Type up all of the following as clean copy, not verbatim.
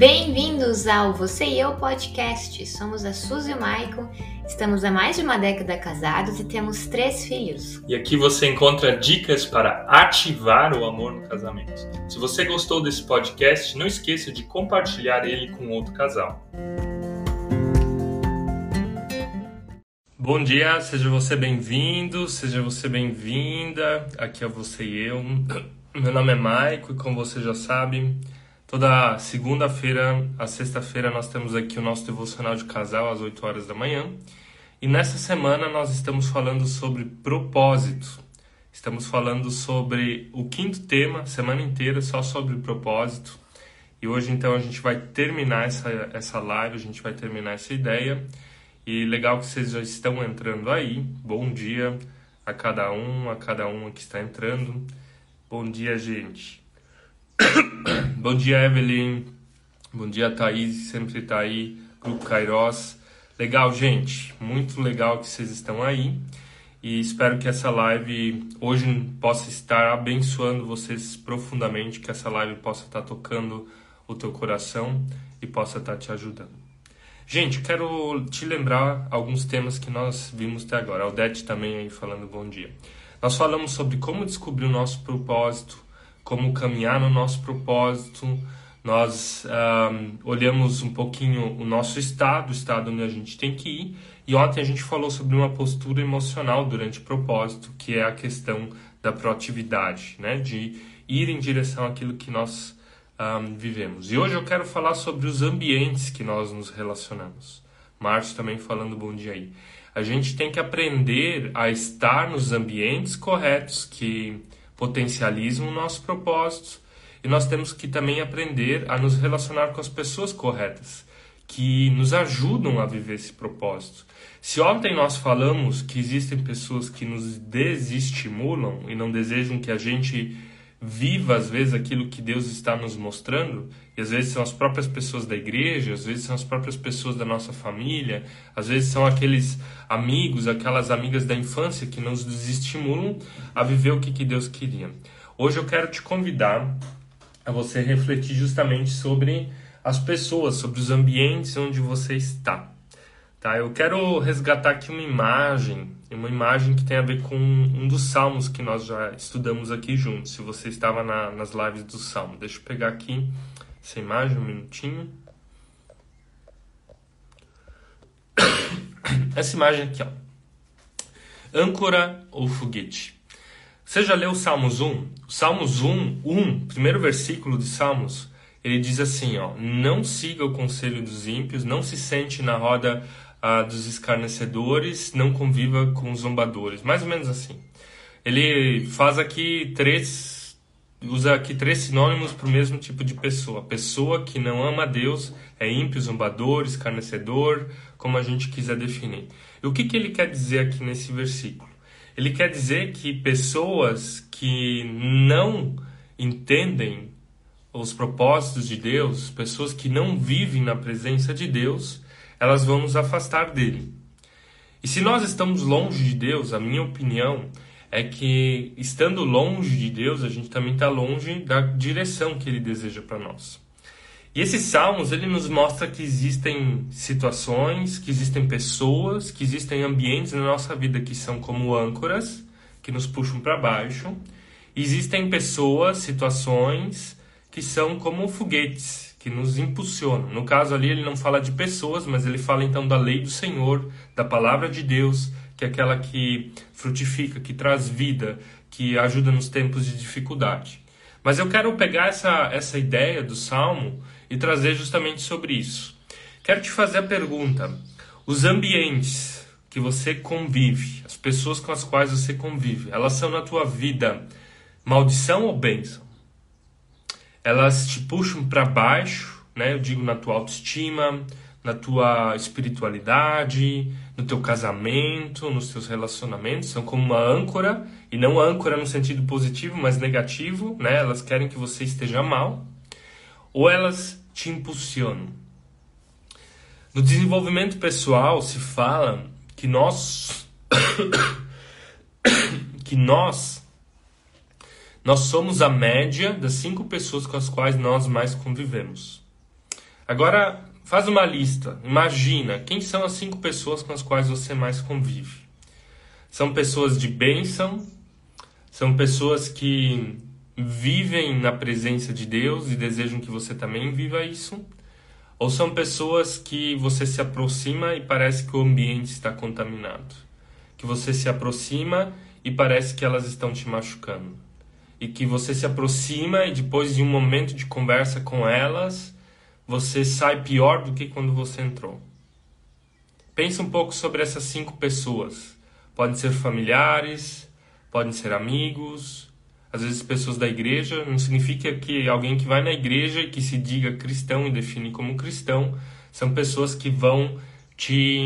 Bem-vindos ao Você e Eu Podcast. Somos a Suzy e o Maicon, estamos há mais de uma década casados e temos 3 filhos. E aqui você encontra dicas para ativar o amor no casamento. Se você gostou desse podcast, não esqueça de compartilhar ele com outro casal. Bom dia, seja você bem-vindo, seja você bem-vinda. Aqui é Você e Eu. Meu nome é Maicon e como você já sabe, toda segunda-feira a sexta-feira nós temos aqui o nosso devocional de casal às 8 horas da manhã. E nessa semana nós estamos falando sobre propósito. Estamos falando sobre o 5º tema, semana inteira só sobre propósito. E hoje então a gente vai terminar essa live, a gente vai terminar essa ideia. E legal que vocês já estão entrando aí. Bom dia a cada uma que está entrando. Bom dia, gente. Bom dia, Evelyn. Bom dia, Thaís, sempre está aí. Grupo Kairos. Legal, gente. Muito legal que vocês estão aí. E espero que essa live hoje possa estar abençoando vocês profundamente, que essa live possa estar tocando o teu coração e possa estar te ajudando. Gente, quero te lembrar alguns temas que nós vimos até agora. A Odete também aí falando bom dia. Nós falamos sobre como descobrir o nosso propósito, como caminhar no nosso propósito. Nós olhamos um pouquinho o nosso estado, o estado onde a gente tem que ir. E ontem a gente falou sobre uma postura emocional durante o propósito, que é a questão da proatividade, né? De ir em direção àquilo que nós vivemos. E hoje eu quero falar sobre os ambientes que nós nos relacionamos. Márcio também falando bom dia aí. A gente tem que aprender a estar nos ambientes corretos que potencializam o nosso propósito. E nós temos que também aprender a nos relacionar com as pessoas corretas, que nos ajudam a viver esse propósito. Se ontem nós falamos que existem pessoas que nos desestimulam e não desejam que a gente viva, às vezes, aquilo que Deus está nos mostrando, e às vezes são as próprias pessoas da igreja, às vezes são as próprias pessoas da nossa família, às vezes são aqueles amigos, aquelas amigas da infância que nos desestimulam a viver o que Deus queria. Hoje eu quero te convidar a você refletir justamente sobre as pessoas, sobre os ambientes onde você está. Tá? Eu quero resgatar aqui uma imagem que tem a ver com um dos salmos que nós já estudamos aqui juntos. Se você estava nas lives do salmo. Deixa eu pegar aqui essa imagem, um minutinho. Essa imagem aqui, ó. Âncora ou foguete. Você já leu Salmos 1? Salmos 1, primeiro versículo de Salmos, ele diz assim, ó: não siga o conselho dos ímpios, não se sente na roda dos escarnecedores, não conviva com os zombadores. Mais ou menos assim. Ele faz aqui usa aqui 3 sinônimos para o mesmo tipo de pessoa. A pessoa que não ama a Deus é ímpio, zombador, escarnecedor, como a gente quiser definir. E o que ele quer dizer aqui nesse versículo? Ele quer dizer que pessoas que não entendem os propósitos de Deus, pessoas que não vivem na presença de Deus, elas vão nos afastar dele. E se nós estamos longe de Deus, a minha opinião é que, estando longe de Deus, a gente também está longe da direção que ele deseja para nós. E esses salmos, ele nos mostra que existem situações, que existem pessoas, que existem ambientes na nossa vida que são como âncoras, que nos puxam para baixo. E existem pessoas, situações, que são como foguetes, que nos impulsionam. No caso ali, ele não fala de pessoas, mas ele fala então da lei do Senhor, da palavra de Deus, que é aquela que frutifica, que traz vida, que ajuda nos tempos de dificuldade. Mas eu quero pegar essa ideia do Salmo e trazer justamente sobre isso. Quero te fazer a pergunta: os ambientes que você convive, as pessoas com as quais você convive, elas são na tua vida maldição ou bênção? Elas te puxam para baixo, né? Eu digo na tua autoestima, na tua espiritualidade, no teu casamento, nos teus relacionamentos. São como uma âncora, e não âncora no sentido positivo, mas negativo, né? Elas querem que você esteja mal, ou elas te impulsionam. No desenvolvimento pessoal se fala que nós somos a média das 5 pessoas com as quais nós mais convivemos. Agora, faz uma lista. Imagina, quem são as 5 pessoas com as quais você mais convive? São pessoas de bênção? São pessoas que vivem na presença de Deus e desejam que você também viva isso? Ou são pessoas que você se aproxima e parece que o ambiente está contaminado? Que você se aproxima e parece que elas estão te machucando? E que você se aproxima e depois de um momento de conversa com elas, você sai pior do que quando você entrou? Pensa um pouco sobre essas 5 pessoas. Podem ser familiares, podem ser amigos, às vezes pessoas da igreja. Não significa que alguém que vai na igreja e que se diga cristão e define como cristão, são pessoas que vão te...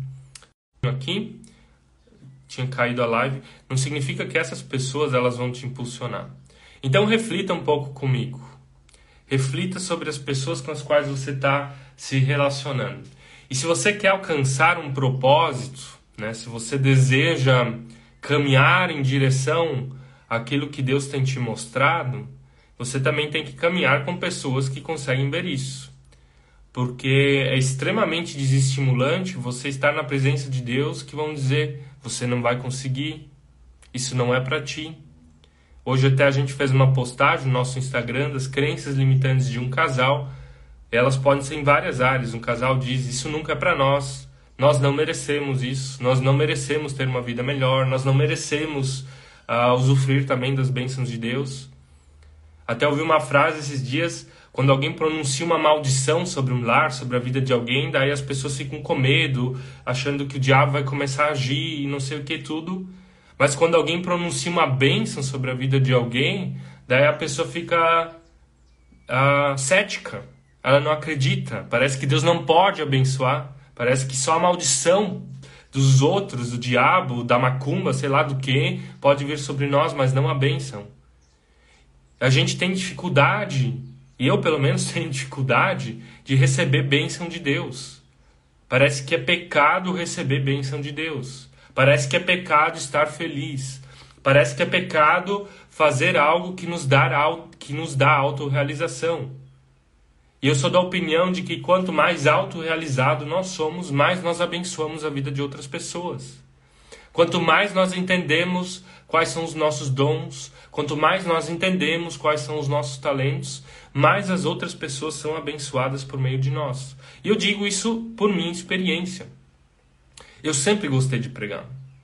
Aqui, tinha caído a live. Não significa que essas pessoas elas vão te impulsionar. Então reflita um pouco comigo. Reflita sobre as pessoas com as quais você está se relacionando. E se você quer alcançar um propósito, né, se você deseja caminhar em direção àquilo que Deus tem te mostrado, você também tem que caminhar com pessoas que conseguem ver isso. Porque é extremamente desestimulante você estar na presença de Deus que vão dizer, você não vai conseguir, isso não é para ti. Hoje até a gente fez uma postagem no nosso Instagram das crenças limitantes de um casal. Elas podem ser em várias áreas. Um casal diz, isso nunca é para nós. Nós não merecemos isso. Nós não merecemos ter uma vida melhor. Nós não merecemos usufruir também das bênçãos de Deus. Até ouvi uma frase esses dias, quando alguém pronuncia uma maldição sobre um lar, sobre a vida de alguém, daí as pessoas ficam com medo, achando que o diabo vai começar a agir e não sei o que tudo. Mas quando alguém pronuncia uma bênção sobre a vida de alguém, daí a pessoa fica cética. Ela não acredita. Parece que Deus não pode abençoar. Parece que só a maldição dos outros, do diabo, da macumba, sei lá do que, pode vir sobre nós, mas não a bênção. A gente tem dificuldade, e eu pelo menos tenho dificuldade, de receber bênção de Deus. Parece que é pecado receber bênção de Deus. Parece que é pecado estar feliz. Parece que é pecado fazer algo que nos dá autorrealização. E eu sou da opinião de que quanto mais autorrealizado nós somos, mais nós abençoamos a vida de outras pessoas. Quanto mais nós entendemos quais são os nossos dons, quanto mais nós entendemos quais são os nossos talentos, mais as outras pessoas são abençoadas por meio de nós. E eu digo isso por minha experiência. Eu sempre gostei de pregar.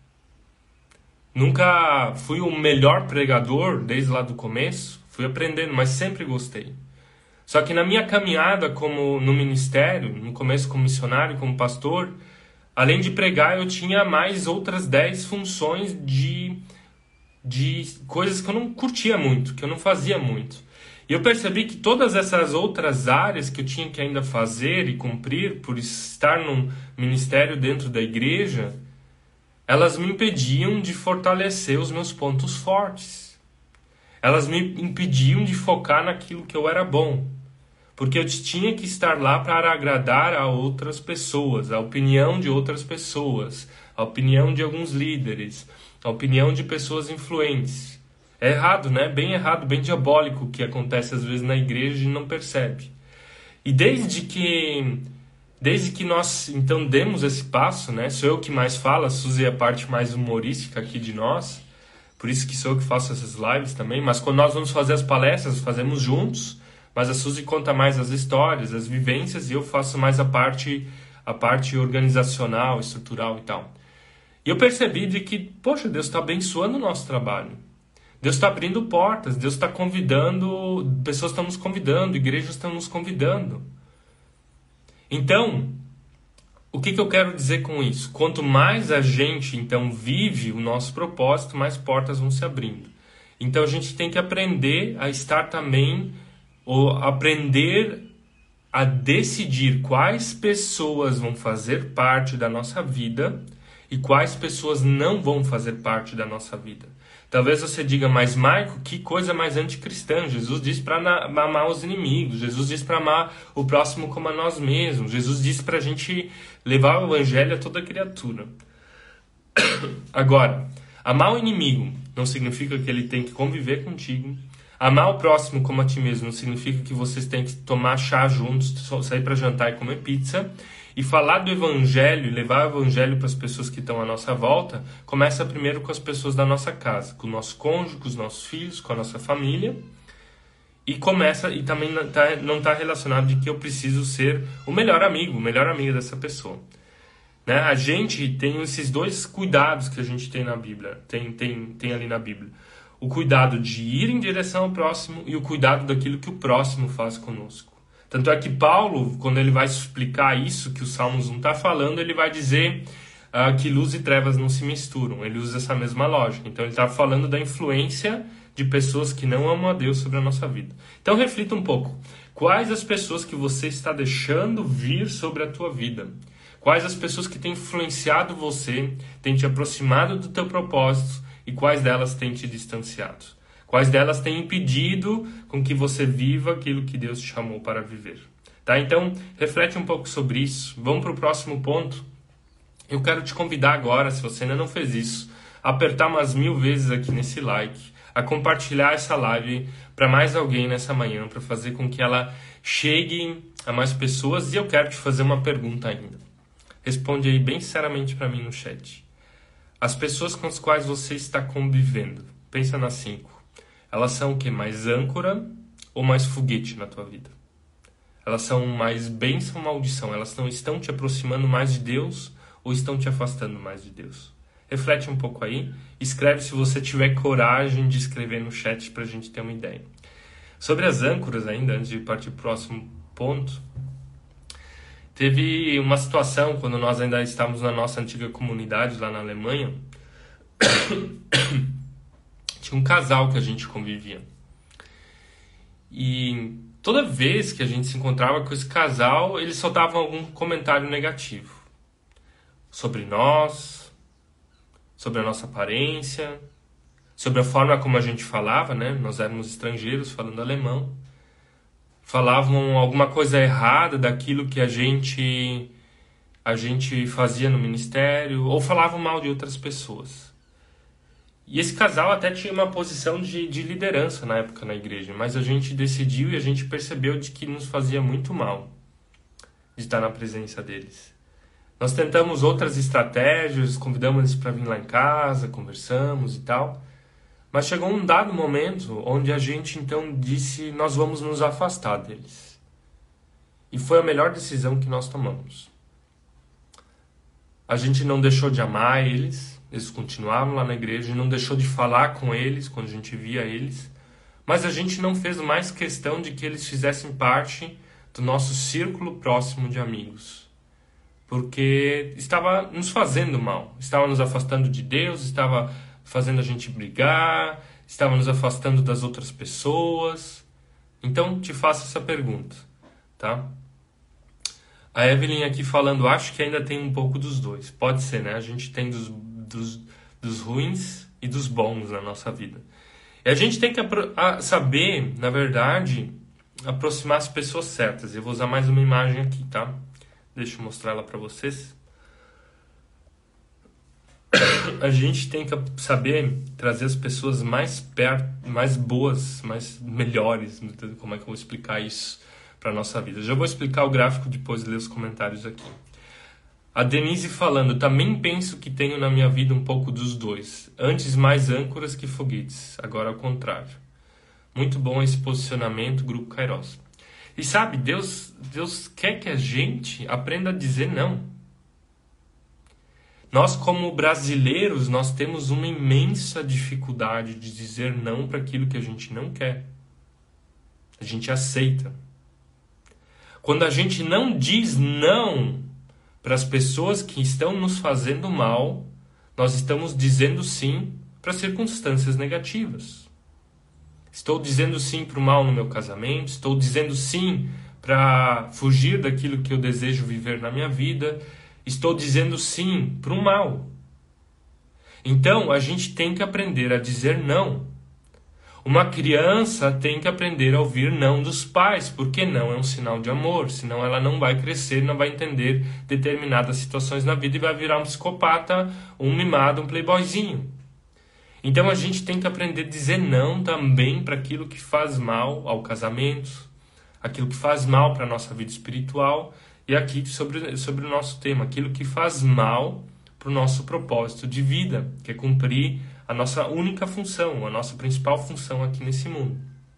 Nunca fui o melhor pregador desde lá do começo. Fui aprendendo, mas sempre gostei. Só que na minha caminhada no ministério, no começo como missionário, como pastor, além de pregar, eu tinha mais outras 10 funções de coisas que eu não curtia muito, que eu não fazia muito. E eu percebi que todas essas outras áreas que eu tinha que ainda fazer e cumprir por estar num ministério dentro da igreja, elas me impediam de fortalecer os meus pontos fortes. Elas me impediam de focar naquilo que eu era bom. Porque eu tinha que estar lá para agradar a outras pessoas, a opinião de outras pessoas, a opinião de alguns líderes, a opinião de pessoas influentes. É errado, né? Bem errado, bem diabólico o que acontece às vezes na igreja e não percebe. E desde que nós então demos esse passo, né? Sou eu que mais falo, a Suzy é a parte mais humorística aqui de nós, por isso que sou eu que faço essas lives também, mas quando nós vamos fazer as palestras, fazemos juntos, mas a Suzy conta mais as histórias, as vivências, e eu faço mais a parte organizacional, estrutural e tal. E eu percebi de que, poxa, Deus está abençoando o nosso trabalho. Deus está abrindo portas, Deus está convidando, pessoas estão nos convidando, igrejas estão nos convidando. Então, o que eu quero dizer com isso? Quanto mais a gente, então, vive o nosso propósito, mais portas vão se abrindo. Então, a gente tem que aprender a estar também, ou aprender a decidir quais pessoas vão fazer parte da nossa vida e quais pessoas não vão fazer parte da nossa vida. Talvez você diga, mas Maico, que coisa mais anticristã. Jesus disse para amar os inimigos. Jesus disse para amar o próximo como a nós mesmos. Jesus disse para a gente levar o evangelho a toda criatura. Agora, amar o inimigo não significa que ele tem que conviver contigo. Amar o próximo como a ti mesmo não significa que vocês têm que tomar chá juntos, sair para jantar e comer pizza. E falar do evangelho, levar o evangelho para as pessoas que estão à nossa volta, começa primeiro com as pessoas da nossa casa, com o nosso cônjuge, com os nossos filhos, com a nossa família. E também não está relacionado de que eu preciso ser o melhor amigo, melhor amiga dessa pessoa. Né? A gente tem esses dois cuidados que a gente tem na Bíblia, tem ali na Bíblia. O cuidado de ir em direção ao próximo e o cuidado daquilo que o próximo faz conosco. Tanto é que Paulo, quando ele vai explicar isso que o Salmos 1 está falando, ele vai dizer que luz e trevas não se misturam. Ele usa essa mesma lógica. Então ele está falando da influência de pessoas que não amam a Deus sobre a nossa vida. Então reflita um pouco. Quais as pessoas que você está deixando vir sobre a tua vida? Quais as pessoas que têm influenciado você, têm te aproximado do teu propósito e quais delas têm te distanciado? Quais delas têm impedido com que você viva aquilo que Deus te chamou para viver? Tá? Então, reflete um pouco sobre isso. Vamos para o próximo ponto. Eu quero te convidar agora, se você ainda não fez isso, a apertar umas 1000 vezes aqui nesse like, a compartilhar essa live para mais alguém nessa manhã, para fazer com que ela chegue a mais pessoas. E eu quero te fazer uma pergunta ainda. Responde aí bem seriamente para mim no chat. As pessoas com as quais você está convivendo, pensa nas 5. Elas são o quê? Mais âncora ou mais foguete na tua vida? Elas são mais bênção ou maldição? Elas não estão te aproximando mais de Deus ou estão te afastando mais de Deus? Reflete um pouco aí. Escreve se você tiver coragem de escrever no chat para a gente ter uma ideia. Sobre as âncoras ainda, antes de partir para o próximo ponto, teve uma situação quando nós ainda estávamos na nossa antiga comunidade lá na Alemanha. Tinha um casal que a gente convivia. E toda vez que a gente se encontrava com esse casal, eles soltavam algum comentário negativo. Sobre nós, sobre a nossa aparência, sobre a forma como a gente falava, né? Nós éramos estrangeiros falando alemão. Falavam alguma coisa errada daquilo que a gente fazia no ministério, ou falavam mal de outras pessoas. E esse casal até tinha uma posição de liderança na época na igreja, mas a gente decidiu e a gente percebeu de que nos fazia muito mal de estar na presença deles. Nós tentamos outras estratégias, convidamos eles para vir lá em casa, conversamos e tal, mas chegou um dado momento onde a gente então disse, nós vamos nos afastar deles. E foi a melhor decisão que nós tomamos. A gente não deixou de amar eles continuavam lá na igreja, e não deixou de falar com eles quando a gente via eles, mas a gente não fez mais questão de que eles fizessem parte do nosso círculo próximo de amigos, porque estava nos fazendo mal, estava nos afastando de Deus, estava fazendo a gente brigar, estava nos afastando das outras pessoas. Então te faço essa pergunta, tá? A Evelyn aqui falando, acho que ainda tem um pouco dos dois. Pode ser, né? A gente tem dos ruins e dos bons na nossa vida. E a gente tem que saber, na verdade, aproximar as pessoas certas. Eu vou usar mais uma imagem aqui, tá? Deixa eu mostrar ela para vocês. A gente tem que saber trazer as pessoas mais perto, mais boas, mais melhores. Como é que eu vou explicar isso para a nossa vida? Já vou explicar o gráfico depois de ler os comentários aqui. A Denise falando, também penso que tenho na minha vida um pouco dos dois. Antes mais âncoras que foguetes, agora ao contrário. Muito bom esse posicionamento, Grupo Kairos. E sabe, Deus quer que a gente aprenda a dizer não. Nós como brasileiros, nós temos uma imensa dificuldade de dizer não para aquilo que a gente não quer. A gente aceita. Quando a gente não diz não para as pessoas que estão nos fazendo mal, nós estamos dizendo sim para circunstâncias negativas. Estou dizendo sim para o mal no meu casamento, estou dizendo sim para fugir daquilo que eu desejo viver na minha vida, estou dizendo sim para o mal. Então, a gente tem que aprender a dizer não. Uma criança tem que aprender a ouvir não dos pais, porque não é um sinal de amor, senão ela não vai crescer, não vai entender determinadas situações na vida e vai virar um psicopata, um mimado, um playboyzinho. Então a gente tem que aprender a dizer não também para aquilo que faz mal ao casamento, aquilo que faz mal para a nossa vida espiritual, e aqui sobre o nosso tema, aquilo que faz mal para o nosso propósito de vida, que é cumprir a nossa única função, a nossa principal função aqui nesse mundo.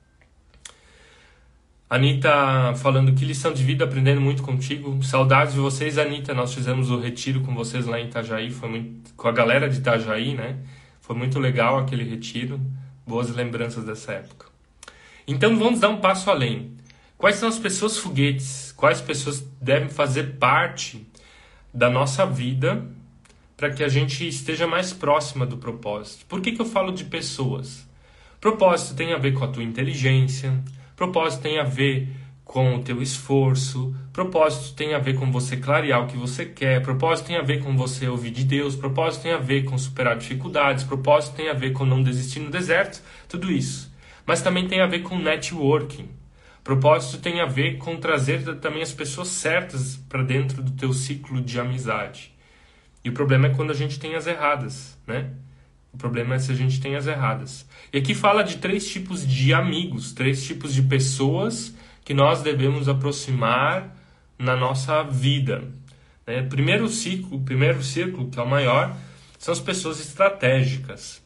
Anitta falando, que lição de vida, aprendendo muito contigo. Saudades de vocês, Anitta. Nós fizemos o retiro com vocês lá em Itajaí, com a galera de Itajaí, né? Foi muito legal aquele retiro. Boas lembranças dessa época. Então vamos dar um passo além. Quais são as pessoas foguetes? Quais pessoas devem fazer parte da nossa vida para que a gente esteja mais próxima do propósito? Por que eu falo de pessoas? Propósito tem a ver com a tua inteligência. Propósito tem a ver com o teu esforço. Propósito tem a ver com você clarear o que você quer. Propósito tem a ver com você ouvir de Deus. Propósito tem a ver com superar dificuldades. Propósito tem a ver com não desistir no deserto. Tudo isso. Mas também tem a ver com networking. Propósito tem a ver com trazer também as pessoas certas para dentro do teu ciclo de amizade. E o problema é quando a gente tem as erradas, né? O problema é se a gente tem as erradas. E aqui fala de 3 tipos de amigos, 3 tipos de pessoas que nós devemos aproximar na nossa vida. Né? Primeiro círculo, que é o maior, são as pessoas estratégicas.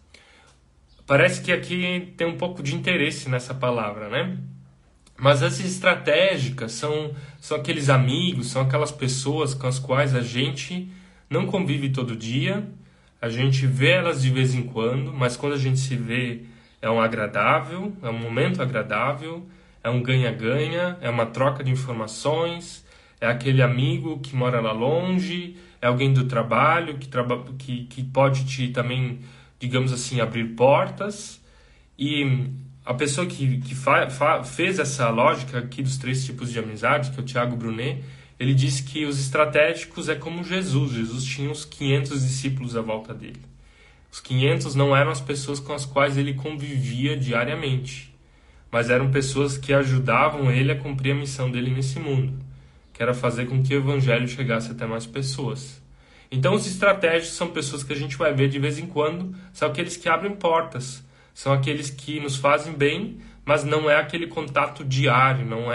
Parece que aqui tem um pouco de interesse nessa palavra, né? Mas as estratégicas são aqueles amigos, são aquelas pessoas com as quais a gente não convive todo dia. A gente vê elas de vez em quando, mas quando a gente se vê é um agradável, é um momento agradável, é um ganha-ganha, é uma troca de informações, é aquele amigo que mora lá longe, é alguém do trabalho que pode te também, digamos assim, abrir portas. E a pessoa que fez essa lógica aqui dos 3 tipos de amizade, que é o Tiago Brunet, ele disse que os estratégicos é como Jesus. Jesus tinha uns 500 discípulos à volta dele. Os 500 não eram as pessoas com as quais ele convivia diariamente, mas eram pessoas que ajudavam ele a cumprir a missão dele nesse mundo, que era fazer com que o evangelho chegasse até mais pessoas. Então os estratégicos são pessoas que a gente vai ver de vez em quando, são aqueles que abrem portas, são aqueles que nos fazem bem, mas não é aquele contato diário, não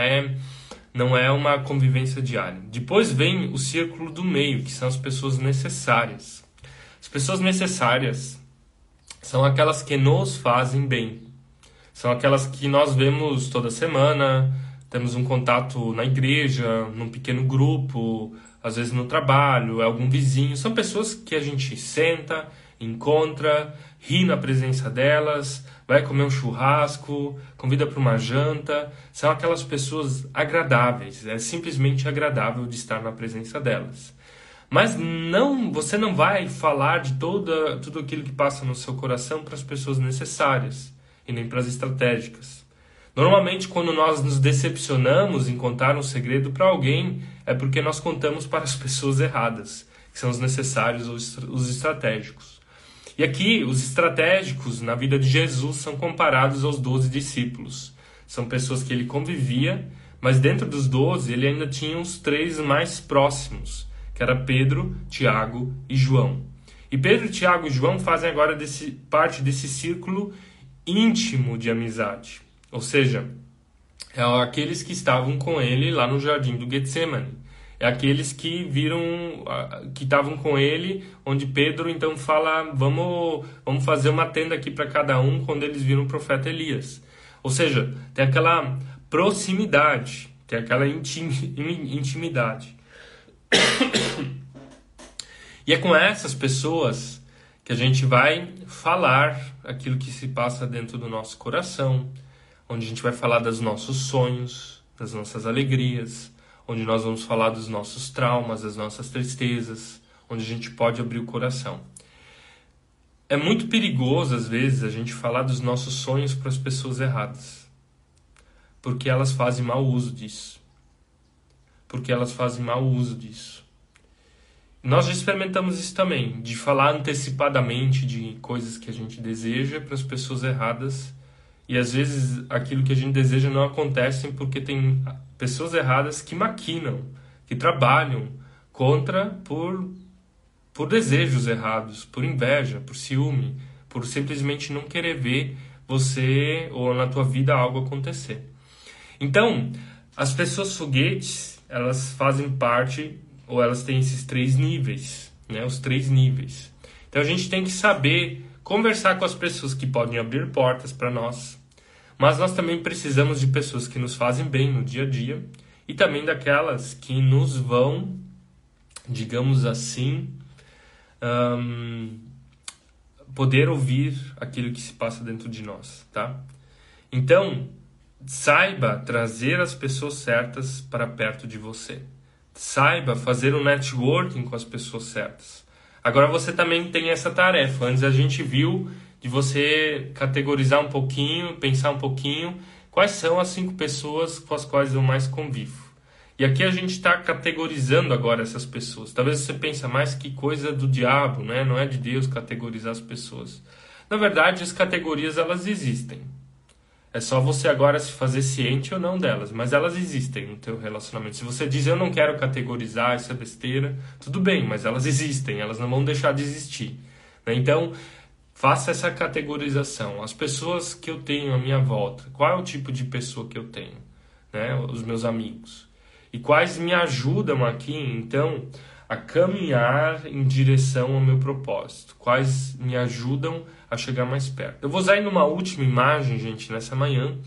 é uma convivência diária. Depois vem o círculo do meio, que são as pessoas necessárias. As pessoas necessárias são aquelas que nos fazem bem. São aquelas que nós vemos toda semana, temos um contato na igreja, num pequeno grupo, às vezes no trabalho, é algum vizinho. São pessoas que a gente senta, encontra, ri na presença delas, vai comer um churrasco, convida para uma janta. São aquelas pessoas agradáveis, é simplesmente agradável de estar na presença delas. Mas você não vai falar de tudo aquilo que passa no seu coração para as pessoas necessárias e nem para as estratégicas. Normalmente, quando nós nos decepcionamos em contar um segredo para alguém, é porque nós contamos para as pessoas erradas, que são os necessários ou os estratégicos. E aqui, os estratégicos na vida de Jesus são comparados aos 12 discípulos. São pessoas que ele convivia, mas dentro dos 12 ele ainda tinha os 3 mais próximos, que era Pedro, Tiago e João. E Pedro, Tiago e João fazem agora parte desse círculo íntimo de amizade. Ou seja, é aqueles que estavam com ele lá no jardim do Getsemane. É aqueles que estavam com ele, onde Pedro então fala, vamos fazer uma tenda aqui para cada um, quando eles viram o profeta Elias. Ou seja, tem aquela proximidade, tem aquela intimidade. E é com essas pessoas que a gente vai falar aquilo que se passa dentro do nosso coração, onde a gente vai falar dos nossos sonhos, das nossas alegrias, onde nós vamos falar dos nossos traumas, das nossas tristezas, onde a gente pode abrir o coração. É muito perigoso, às vezes, a gente falar dos nossos sonhos para as pessoas erradas, porque elas fazem mau uso disso. Nós já experimentamos isso também, de falar antecipadamente de coisas que a gente deseja para as pessoas erradas, e às vezes aquilo que a gente deseja não acontece porque tem pessoas erradas que maquinam, que trabalham por desejos errados, por inveja, por ciúme, por simplesmente não querer ver você ou na tua vida algo acontecer. Então, as pessoas foguetes, elas fazem parte, ou elas têm esses 3 níveis, né? Os 3 níveis. Então a gente tem que saber conversar com as pessoas que podem abrir portas para nós, mas nós também precisamos de pessoas que nos fazem bem no dia a dia e também daquelas que nos vão, digamos assim, poder ouvir aquilo que se passa dentro de nós, tá? Então, saiba trazer as pessoas certas para perto de você. Saiba fazer um networking com as pessoas certas. Agora você também tem essa tarefa. Antes a gente viu de você categorizar um pouquinho, pensar um pouquinho quais são as 5 pessoas com as quais eu mais convivo. E aqui a gente está categorizando agora essas pessoas. Talvez você pense, mais que coisa do diabo, né? Não é de Deus categorizar as pessoas. Na verdade, as categorias elas existem. É só você agora se fazer ciente ou não delas, mas elas existem no teu relacionamento. Se você diz, eu não quero categorizar, isso é besteira, tudo bem, mas elas existem, elas não vão deixar de existir, né? Então, faça essa categorização. As pessoas que eu tenho à minha volta, qual é o tipo de pessoa que eu tenho, né? Os meus amigos. E quais me ajudam aqui, então, a caminhar em direção ao meu propósito. Quais me ajudam a chegar mais perto. Eu vou usar aí uma última imagem, gente, nessa manhã.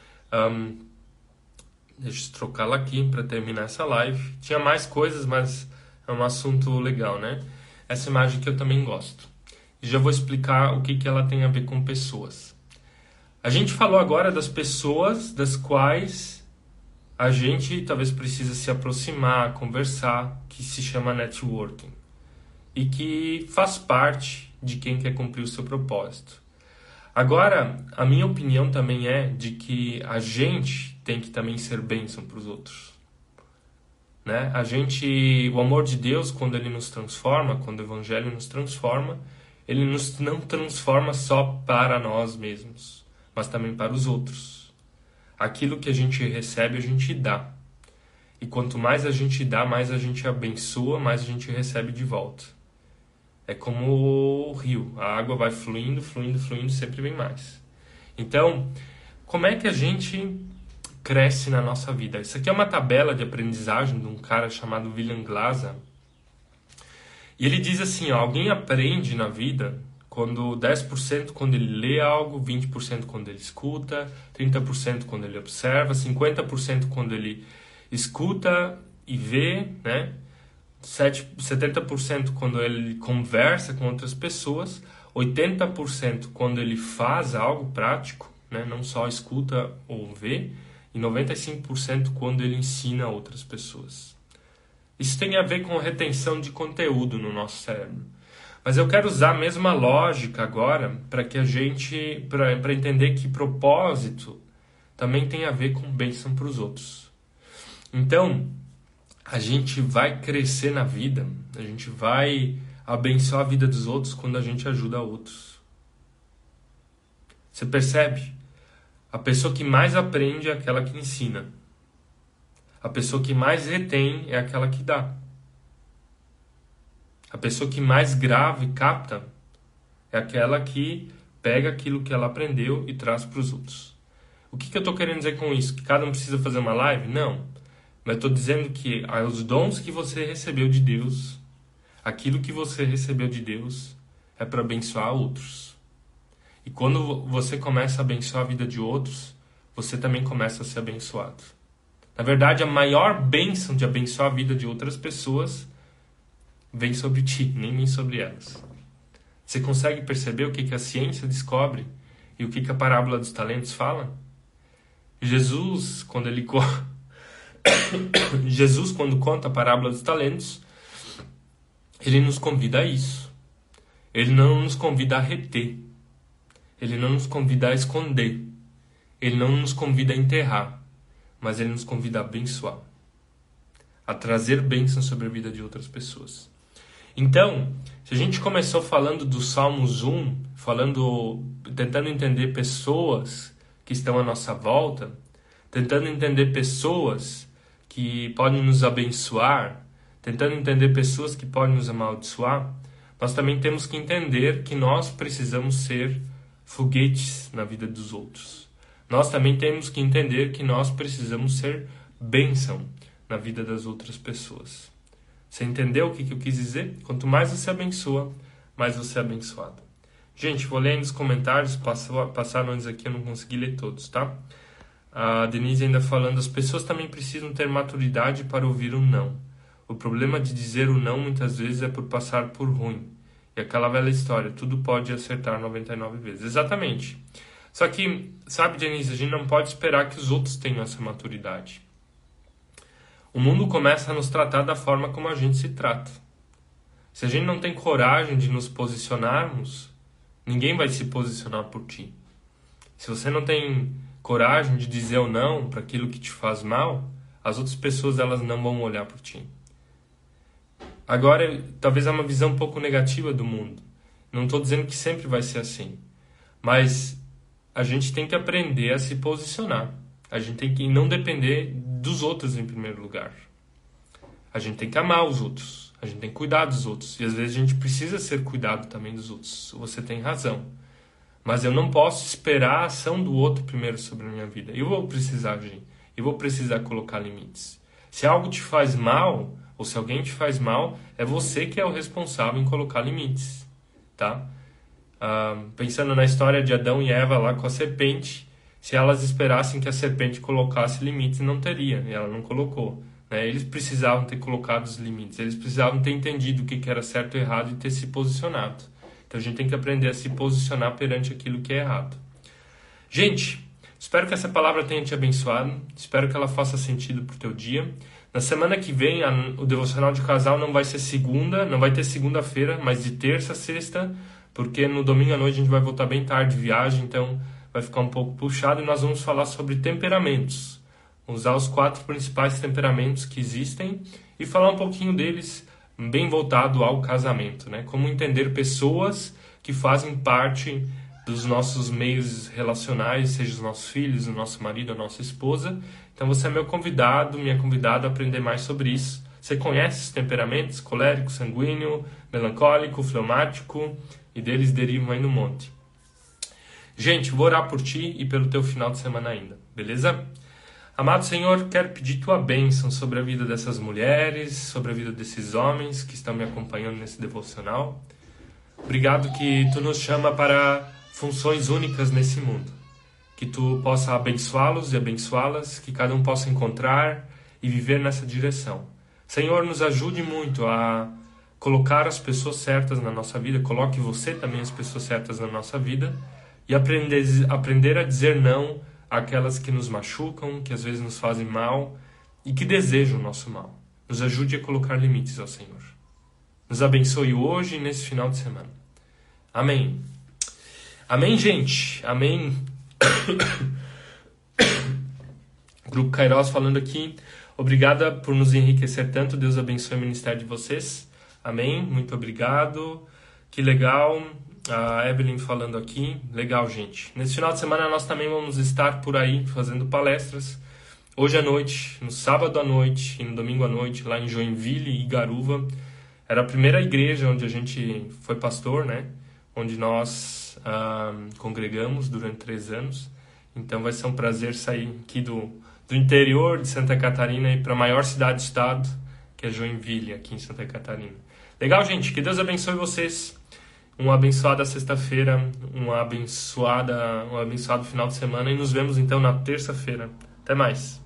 Deixa eu trocá-la aqui para terminar essa live. Tinha mais coisas, mas é um assunto legal, né? Essa imagem que eu também gosto. E já vou explicar o que ela tem a ver com pessoas. A gente falou agora das pessoas das quais a gente talvez precisa se aproximar, conversar, que se chama networking. E que faz parte de quem quer cumprir o seu propósito. Agora, a minha opinião também é de que a gente tem que também ser bênção para os outros. Né? O amor de Deus, quando Ele nos transforma, quando o Evangelho nos transforma, Ele nos não transforma só para nós mesmos, mas também para os outros. Aquilo que a gente recebe, a gente dá. E quanto mais a gente dá, mais a gente abençoa, mais a gente recebe de volta. É como o rio, a água vai fluindo, fluindo, fluindo, sempre vem mais. Então, como é que a gente cresce na nossa vida? Isso aqui é uma tabela de aprendizagem de um cara chamado William Glasser. E ele diz assim, alguém aprende na vida quando 10% quando ele lê algo, 20% quando ele escuta, 30% quando ele observa, 50% quando ele escuta e vê, né? 70% quando ele conversa com outras pessoas, 80% quando ele faz algo prático, né? Não só escuta ou vê, e 95% quando ele ensina outras pessoas. Isso tem a ver com retenção de conteúdo no nosso cérebro. Mas eu quero usar a mesma lógica agora para que a gente, para entender que propósito também tem a ver com bênção para os outros. Então, a gente vai crescer na vida, a gente vai abençoar a vida dos outros quando a gente ajuda outros. Você percebe? A pessoa que mais aprende é aquela que ensina. A pessoa que mais retém é aquela que dá. A pessoa que mais grava e capta é aquela que pega aquilo que ela aprendeu e traz para os outros. O que eu estou querendo dizer com isso? Que cada um precisa fazer uma live? Não. Mas eu estou dizendo que os dons que você recebeu de Deus, aquilo que você recebeu de Deus, é para abençoar outros. E quando você começa a abençoar a vida de outros, você também começa a ser abençoado. Na verdade, a maior bênção de abençoar a vida de outras pessoas vem sobre ti, nem vem sobre elas. Você consegue perceber o que a ciência descobre e o que a parábola dos talentos fala? Jesus, quando conta a parábola dos talentos, ele nos convida a isso. Ele não nos convida a reter. Ele não nos convida a esconder. Ele não nos convida a enterrar. Mas ele nos convida a abençoar. A trazer bênção sobre a vida de outras pessoas. Então, se a gente começou falando do Salmos 1, tentando entender pessoas que estão à nossa volta, tentando entender pessoas que podem nos abençoar, tentando entender pessoas que podem nos amaldiçoar, nós também temos que entender que nós precisamos ser foguetes na vida dos outros. Nós também temos que entender que nós precisamos ser bênção na vida das outras pessoas. Você entendeu o que eu quis dizer? Quanto mais você abençoa, mais você é abençoado. Gente, vou ler aí nos comentários, passaram antes aqui, eu não consegui ler todos, tá? A Denise ainda falando, as pessoas também precisam ter maturidade para ouvir o não. O problema de dizer o não muitas vezes é por passar por ruim. E aquela velha história, tudo pode acertar 99 vezes. Exatamente. Só que, sabe, Denise, a gente não pode esperar que os outros tenham essa maturidade. O mundo começa a nos tratar da forma como a gente se trata. Se a gente não tem coragem de nos posicionarmos, ninguém vai se posicionar por ti. Se você não tem coragem de dizer o não para aquilo que te faz mal, as outras pessoas elas não vão olhar por ti. Agora, talvez é uma visão um pouco negativa do mundo. Não estou dizendo que sempre vai ser assim. Mas a gente tem que aprender a se posicionar. A gente tem que não depender dos outros em primeiro lugar. A gente tem que amar os outros. A gente tem que cuidar dos outros. E às vezes a gente precisa ser cuidado também dos outros. Você tem razão. Mas eu não posso esperar a ação do outro primeiro sobre a minha vida. Eu vou precisar agir. Eu vou precisar colocar limites. Se algo te faz mal, ou se alguém te faz mal, é você que é o responsável em colocar limites. Tá? Pensando na história de Adão e Eva lá com a serpente, se elas esperassem que a serpente colocasse limites, não teria. E ela não colocou. Né? Eles precisavam ter colocado os limites. Eles precisavam ter entendido o que era certo e errado e ter se posicionado. Então a gente tem que aprender a se posicionar perante aquilo que é errado. Gente, espero que essa palavra tenha te abençoado. Espero que ela faça sentido pro teu dia. Na semana que vem, o Devocional de Casal não vai ser segunda, não vai ter segunda-feira, mas de terça a sexta, porque no domingo à noite a gente vai voltar bem tarde de viagem, então vai ficar um pouco puxado e nós vamos falar sobre temperamentos. Usar os 4 principais temperamentos que existem e falar um pouquinho deles bem voltado ao casamento, né? Como entender pessoas que fazem parte dos nossos meios relacionais, seja os nossos filhos, o nosso marido, a nossa esposa. Então você é meu convidado, minha convidada a aprender mais sobre isso. Você conhece esses temperamentos? Colérico, sanguíneo, melancólico, fleumático, e deles derivam aí no monte. Gente, vou orar por ti e pelo teu final de semana ainda, beleza? Amado Senhor, quero pedir tua bênção sobre a vida dessas mulheres, sobre a vida desses homens que estão me acompanhando nesse devocional. Obrigado que tu nos chama para funções únicas nesse mundo. Que tu possa abençoá-los e abençoá-las, que cada um possa encontrar e viver nessa direção. Senhor, nos ajude muito a colocar as pessoas certas na nossa vida, coloque você também as pessoas certas na nossa vida e aprender a dizer não àquelas que nos machucam, que às vezes nos fazem mal e que desejam o nosso mal. Nos ajude a colocar limites ao Senhor. Nos abençoe hoje e nesse final de semana. Amém. Amém, gente. Amém. Grupo Kairos falando aqui. Obrigada por nos enriquecer tanto. Deus abençoe o ministério de vocês. Amém. Muito obrigado. Que legal. A Evelyn falando aqui. Legal, gente. Nesse final de semana nós também vamos estar por aí fazendo palestras. Hoje à noite, no sábado à noite e no domingo à noite, lá em Joinville e Garuva. Era a primeira igreja onde a gente foi pastor, né? Onde nós congregamos durante 3 anos. Então vai ser um prazer sair aqui do interior de Santa Catarina e para a maior cidade do estado, que é Joinville, aqui em Santa Catarina. Legal, gente? Que Deus abençoe vocês. Uma abençoada sexta-feira, um abençoado final de semana e nos vemos então na terça-feira. Até mais.